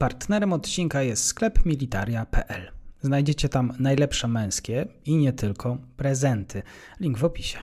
Partnerem odcinka jest sklep militaria.pl. Znajdziecie tam najlepsze męskie i nie tylko prezenty. Link w opisie.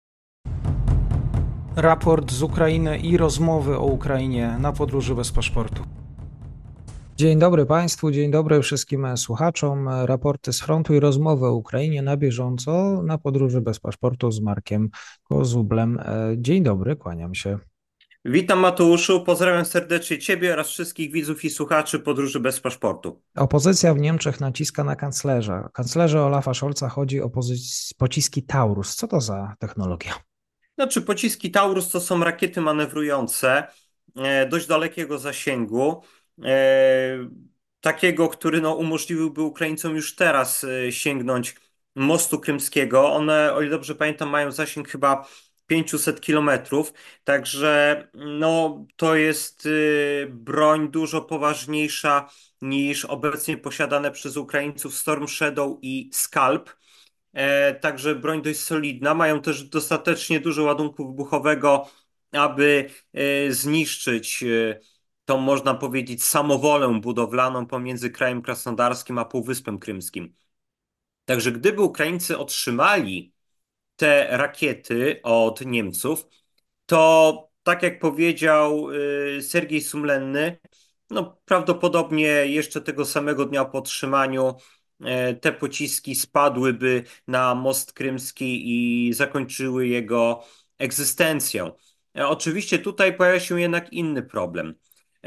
Raport z Ukrainy i rozmowy o Ukrainie na podróży bez paszportu. Dzień dobry Państwu, dzień dobry wszystkim słuchaczom. Raporty z frontu i rozmowy o Ukrainie na bieżąco na podróży bez paszportu z Markiem Kozublem. Dzień dobry, kłaniam się. Witam Mateuszu, pozdrawiam serdecznie Ciebie oraz wszystkich widzów i słuchaczy Podróży bez paszportu. Opozycja w Niemczech naciska na kanclerza. Kanclerza Olafa Scholza chodzi o pociski Taurus. Co to za technologia? Znaczy, pociski Taurus to są rakiety manewrujące dość dalekiego zasięgu, e, takiego, który umożliwiłby Ukraińcom już teraz sięgnąć mostu krymskiego. One, o ile dobrze pamiętam, mają zasięg chyba 500 kilometrów, także to jest broń dużo poważniejsza niż obecnie posiadane przez Ukraińców Storm Shadow i Scalp. Także broń dość solidna. Mają też dostatecznie dużo ładunku wybuchowego, aby zniszczyć tą, można powiedzieć, samowolę budowlaną pomiędzy krajem krasnodarskim a Półwyspem Krymskim. Także gdyby Ukraińcy otrzymali te rakiety od Niemców, to tak jak powiedział Sergiej Sumlenny, prawdopodobnie jeszcze tego samego dnia po otrzymaniu te pociski spadłyby na most krymski i zakończyły jego egzystencję. Oczywiście tutaj pojawia się jednak inny problem.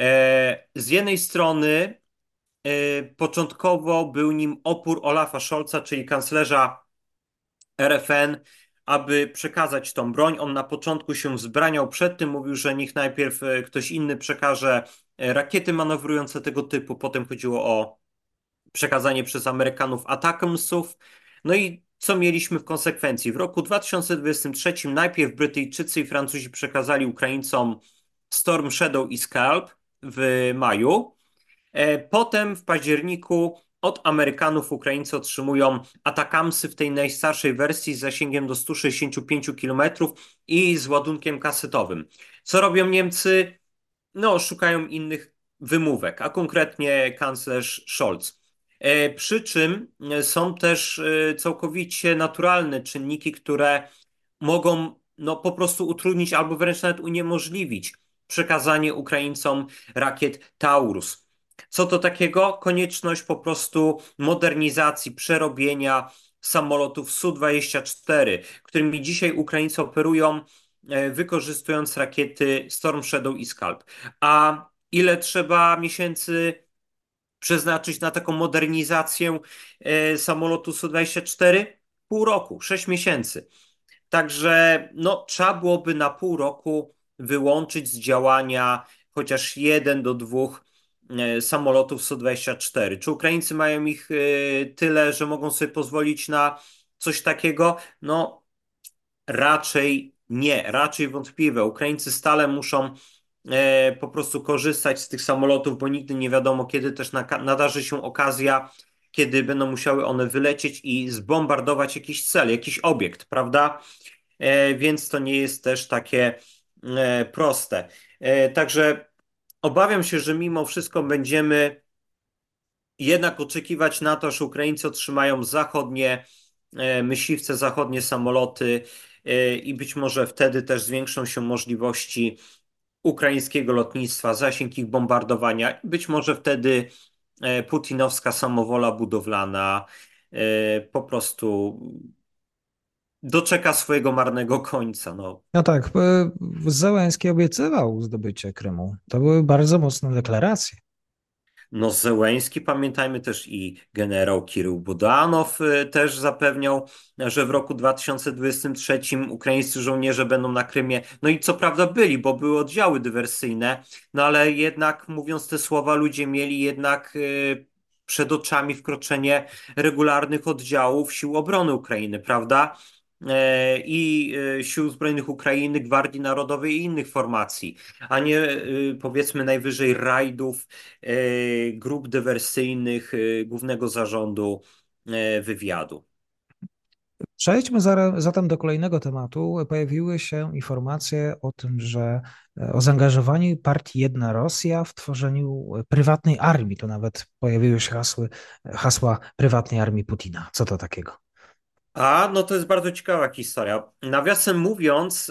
Z jednej strony początkowo był nim opór Olafa Scholza, czyli kanclerza RFN, aby przekazać tą broń. On na początku się wzbraniał przed tym, mówił, że niech najpierw ktoś inny przekaże rakiety manewrujące tego typu. Potem chodziło o przekazanie przez Amerykanów ATACMS-ów. No i co mieliśmy w konsekwencji? W roku 2023 najpierw Brytyjczycy i Francuzi przekazali Ukraińcom Storm Shadow i Scalp w maju. Potem w październiku od Amerykanów Ukraińcy otrzymują Atakamsy w tej najstarszej wersji z zasięgiem do 165 kilometrów i z ładunkiem kasetowym. Co robią Niemcy? Szukają innych wymówek, a konkretnie kanclerz Scholz. Przy czym są też całkowicie naturalne czynniki, które mogą po prostu utrudnić albo wręcz nawet uniemożliwić przekazanie Ukraińcom rakiet Taurus. Co to takiego? Konieczność po prostu modernizacji, przerobienia samolotów Su-24, którymi dzisiaj Ukraińcy operują, wykorzystując rakiety Storm Shadow i Scalp. A ile trzeba miesięcy przeznaczyć na taką modernizację samolotu Su-24? Pół roku, 6 miesięcy. Także trzeba byłoby na pół roku wyłączyć z działania chociaż jeden do dwóch samolotów Su-24. Czy Ukraińcy mają ich tyle, że mogą sobie pozwolić na coś takiego? Raczej nie, raczej wątpliwe. Ukraińcy stale muszą po prostu korzystać z tych samolotów, bo nigdy nie wiadomo, kiedy też nadarzy się okazja, kiedy będą musiały one wylecieć i zbombardować jakiś cel, jakiś obiekt, prawda? Więc to nie jest też takie proste. Także obawiam się, że mimo wszystko będziemy jednak oczekiwać na to, że Ukraińcy otrzymają zachodnie myśliwce, zachodnie samoloty i być może wtedy też zwiększą się możliwości ukraińskiego lotnictwa, zasięg ich bombardowania. Być może wtedy putinowska samowola budowlana po prostu doczeka swojego marnego końca. No tak, Zełenski obiecywał zdobycie Krymu. To były bardzo mocne deklaracje. Zełenski, pamiętajmy też i generał Kirył Budanow też zapewniał, że w roku 2023 ukraińscy żołnierze będą na Krymie. No i co prawda byli, bo były oddziały dywersyjne, ale jednak mówiąc te słowa, ludzie mieli jednak przed oczami wkroczenie regularnych oddziałów Sił Obrony Ukrainy, prawda? I Sił Zbrojnych Ukrainy, Gwardii Narodowej i innych formacji, a nie powiedzmy najwyżej rajdów grup dywersyjnych Głównego Zarządu Wywiadu. Przejdźmy zatem do kolejnego tematu. Pojawiły się informacje o tym, że o zaangażowaniu partii Jedna Rosja w tworzeniu prywatnej armii. To nawet pojawiły się hasła prywatnej armii Putina. Co to takiego? No to jest bardzo ciekawa historia. Nawiasem mówiąc,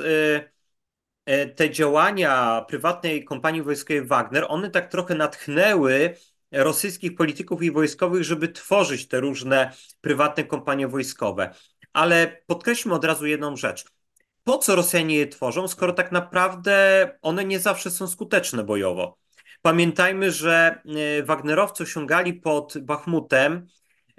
te działania prywatnej kompanii wojskowej Wagner, one tak trochę natchnęły rosyjskich polityków i wojskowych, żeby tworzyć te różne prywatne kompanie wojskowe. Ale podkreślmy od razu jedną rzecz. Po co Rosjanie je tworzą, skoro tak naprawdę one nie zawsze są skuteczne bojowo? Pamiętajmy, że Wagnerowcy osiągali pod Bachmutem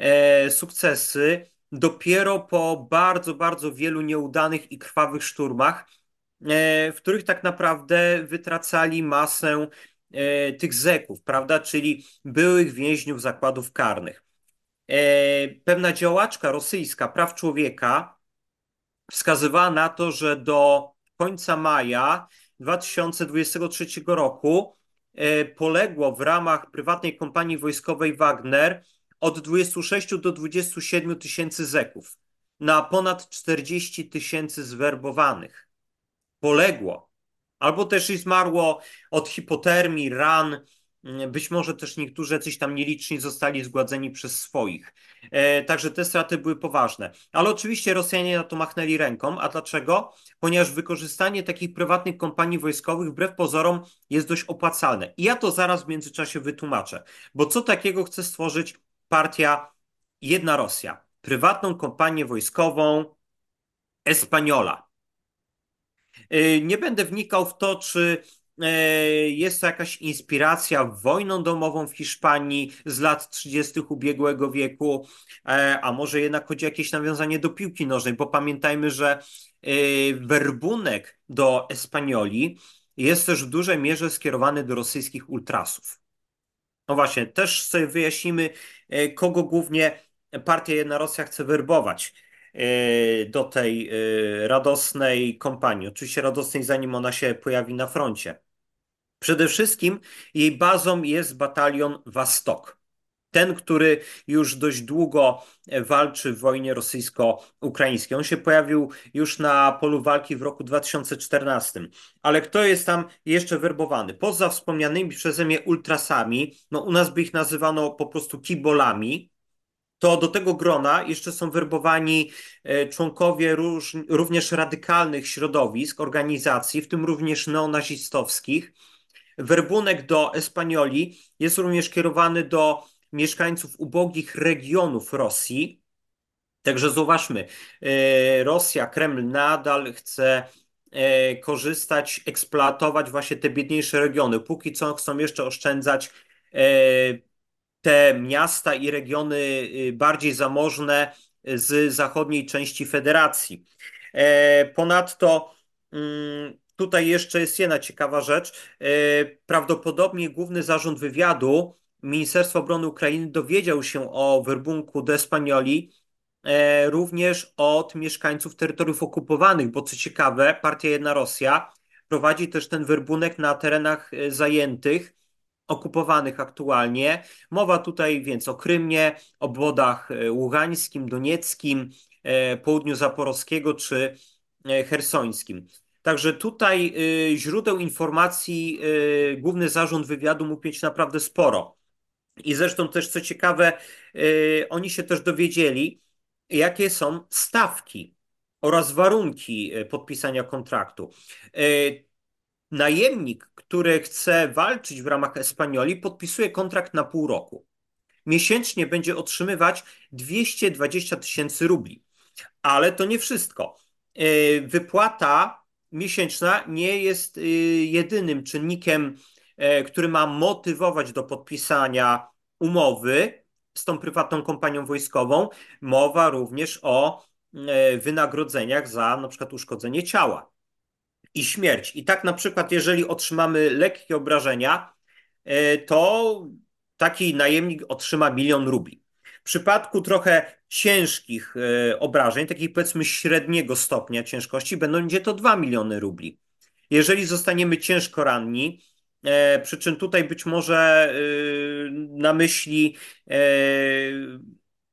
sukcesy dopiero po bardzo, bardzo wielu nieudanych i krwawych szturmach, w których tak naprawdę wytracali masę tych zeków, prawda? Czyli byłych więźniów zakładów karnych. Pewna działaczka rosyjska praw człowieka wskazywała na to, że do końca maja 2023 roku poległo w ramach prywatnej kompanii wojskowej Wagner od 26 do 27 tysięcy zeków na ponad 40 tysięcy zwerbowanych. Poległo. Albo też i zmarło od hipotermii, ran. Być może też niektórzy jacyś tam nieliczni zostali zgładzeni przez swoich. Także te straty były poważne. Ale oczywiście Rosjanie na to machnęli ręką. A dlaczego? Ponieważ wykorzystanie takich prywatnych kompanii wojskowych wbrew pozorom jest dość opłacalne. I ja to zaraz w międzyczasie wytłumaczę. Bo co takiego chce stworzyć partia Jedna Rosja? Prywatną kompanię wojskową Espaniola. Nie będę wnikał w to, czy jest to jakaś inspiracja wojną domową w Hiszpanii z lat 30. ubiegłego wieku, a może jednak chodzi o jakieś nawiązanie do piłki nożnej, bo pamiętajmy, że werbunek do Espanioli jest też w dużej mierze skierowany do rosyjskich ultrasów. No właśnie, też sobie wyjaśnimy, kogo głównie partia Jedna Rosja chce werbować do tej radosnej kompanii. Oczywiście radosnej, zanim ona się pojawi na froncie. Przede wszystkim jej bazą jest batalion Wastok. Ten, który już dość długo walczy w wojnie rosyjsko-ukraińskiej. On się pojawił już na polu walki w roku 2014. Ale kto jest tam jeszcze werbowany? Poza wspomnianymi przeze mnie ultrasami, no u nas by ich nazywano po prostu kibolami, to do tego grona jeszcze są werbowani członkowie również radykalnych środowisk, organizacji, w tym również neonazistowskich. Werbunek do Espanioli jest również kierowany do mieszkańców ubogich regionów Rosji. Także zauważmy, Rosja, Kreml nadal chce korzystać, eksploatować właśnie te biedniejsze regiony. Póki co chcą jeszcze oszczędzać e, te miasta i regiony bardziej zamożne z zachodniej części Federacji. Ponadto tutaj jeszcze jest jedna ciekawa rzecz. Prawdopodobnie Główny Zarząd Wywiadu Ministerstwa Obrony Ukrainy dowiedział się o werbunku do Espanioli również od mieszkańców terytoriów okupowanych, bo co ciekawe, Partia Jedna Rosja prowadzi też ten werbunek na terenach zajętych, okupowanych aktualnie. Mowa tutaj więc o Krymie, obwodach ługańskim, donieckim, południu Zaporowskiego czy hersońskim. Także tutaj źródeł informacji Główny Zarząd Wywiadu mógł mieć naprawdę sporo. I zresztą też co ciekawe, oni się też dowiedzieli, jakie są stawki oraz warunki podpisania kontraktu. Najemnik, który chce walczyć w ramach Espanioli, podpisuje kontrakt na pół roku. Miesięcznie będzie otrzymywać 220 tysięcy rubli. Ale to nie wszystko. Wypłata miesięczna nie jest jedynym czynnikiem, który ma motywować do podpisania umowy z tą prywatną kompanią wojskową. Mowa również o wynagrodzeniach za na przykład uszkodzenie ciała i śmierć. I tak na przykład, jeżeli otrzymamy lekkie obrażenia, to taki najemnik otrzyma 1 000 000 rubli. W przypadku trochę ciężkich obrażeń, takich powiedzmy średniego stopnia ciężkości, będzie to 2 000 000 rubli. Jeżeli zostaniemy ciężko ranni, przy czym tutaj być może na myśli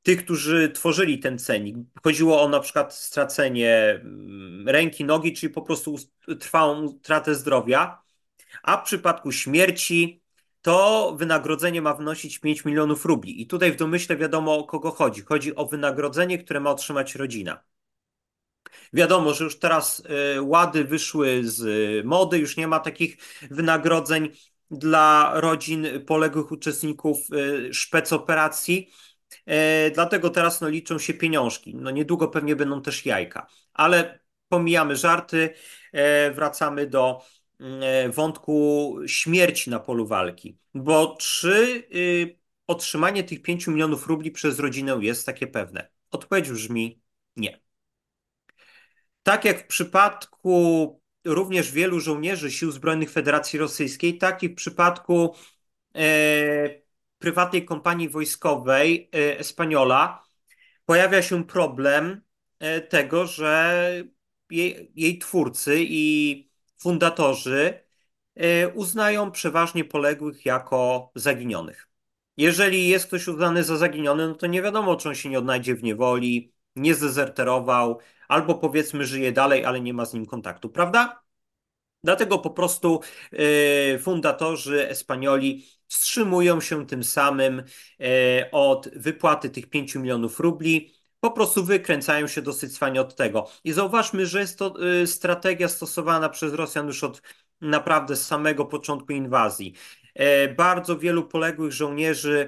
tych, którzy tworzyli ten cennik. Chodziło o na przykład stracenie ręki, nogi, czyli po prostu trwałą utratę zdrowia, a w przypadku śmierci to wynagrodzenie ma wynosić 5 milionów rubli. I tutaj w domyśle wiadomo, o kogo chodzi. Chodzi o wynagrodzenie, które ma otrzymać rodzina. Wiadomo, że już teraz łady wyszły z mody, już nie ma takich wynagrodzeń dla rodzin poległych uczestników szpecoperacji. Dlatego teraz no, liczą się pieniążki. No, niedługo pewnie będą też jajka. Ale pomijamy żarty, wracamy do wątku śmierci na polu walki. Bo czy otrzymanie tych 5 milionów rubli przez rodzinę jest takie pewne? Odpowiedź brzmi nie. Tak jak w przypadku również wielu żołnierzy Sił Zbrojnych Federacji Rosyjskiej, tak i w przypadku prywatnej kompanii wojskowej Espaniola pojawia się problem tego, że jej twórcy i fundatorzy uznają przeważnie poległych jako zaginionych. Jeżeli jest ktoś uznany za zaginiony, no to nie wiadomo, czy on się nie odnajdzie w niewoli, nie zdezerterował, albo powiedzmy żyje dalej, ale nie ma z nim kontaktu, prawda? Dlatego po prostu fundatorzy Espanoli wstrzymują się tym samym od wypłaty tych 5 milionów rubli. Po prostu wykręcają się dosyć cwanie od tego. I zauważmy, że jest to strategia stosowana przez Rosjan już od naprawdę samego początku inwazji. Bardzo wielu poległych żołnierzy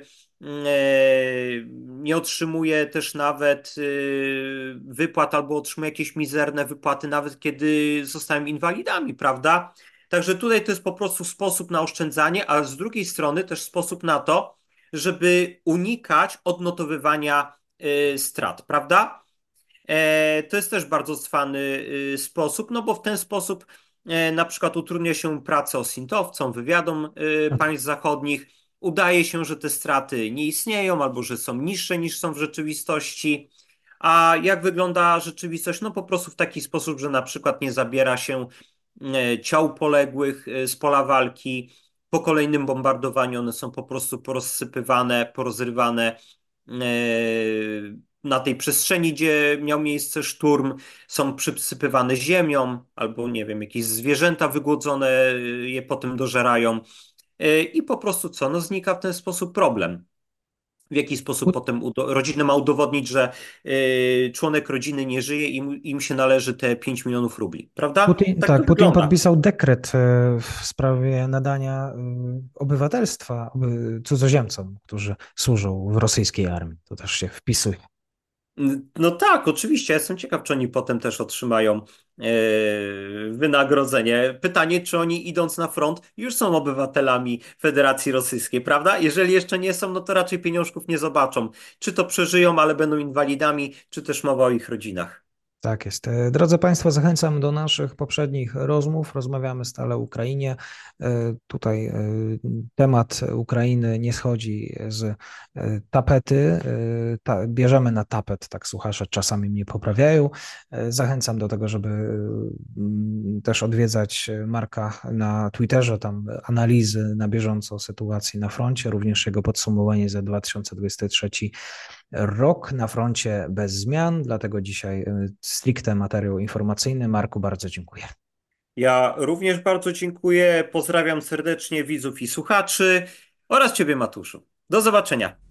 nie otrzymuje też nawet wypłat albo otrzymuje jakieś mizerne wypłaty, nawet kiedy zostają inwalidami, prawda? Także tutaj to jest po prostu sposób na oszczędzanie, ale z drugiej strony też sposób na to, żeby unikać odnotowywania strat, prawda? To jest też bardzo cwany sposób, no bo w ten sposób na przykład utrudnia się pracę osintowcom, wywiadom państw zachodnich. Udaje się, że te straty nie istnieją albo że są niższe niż są w rzeczywistości. A jak wygląda rzeczywistość? No po prostu w taki sposób, że na przykład nie zabiera się ciał poległych z pola walki. Po kolejnym bombardowaniu one są po prostu porozsypywane, porozrywane na tej przestrzeni, gdzie miał miejsce szturm, są przysypywane ziemią, albo nie wiem, jakieś zwierzęta wygłodzone je potem dożerają. I po prostu co? No znika w ten sposób problem. W jaki sposób potem rodzina ma udowodnić, że członek rodziny nie żyje i im się należy te 5 milionów rubli, prawda? Putin, Tak to tak, Putin wygląda. podpisał dekret w sprawie nadania obywatelstwa cudzoziemcom, którzy służą w rosyjskiej armii. To też się wpisuje. No tak, oczywiście. Ja jestem ciekaw, czy oni potem też otrzymają wynagrodzenie. Pytanie, czy oni idąc na front już są obywatelami Federacji Rosyjskiej, prawda? Jeżeli jeszcze nie są, no to raczej pieniążków nie zobaczą. Czy to przeżyją, ale będą inwalidami, czy też mowa o ich rodzinach. Tak jest. Drodzy Państwo, zachęcam do naszych poprzednich rozmów. Rozmawiamy stale o Ukrainie. Tutaj temat Ukrainy nie schodzi z tapety. Bierzemy na tapet, tak słuchacze czasami mnie poprawiają. Zachęcam do tego, żeby też odwiedzać Marka na Twitterze, tam analizy na bieżąco sytuacji na froncie, również jego podsumowanie za 2023 rok na froncie bez zmian, dlatego dzisiaj stricte materiał informacyjny. Marku, bardzo dziękuję. Ja również bardzo dziękuję. Pozdrawiam serdecznie widzów i słuchaczy oraz Ciebie, Matuszu. Do zobaczenia.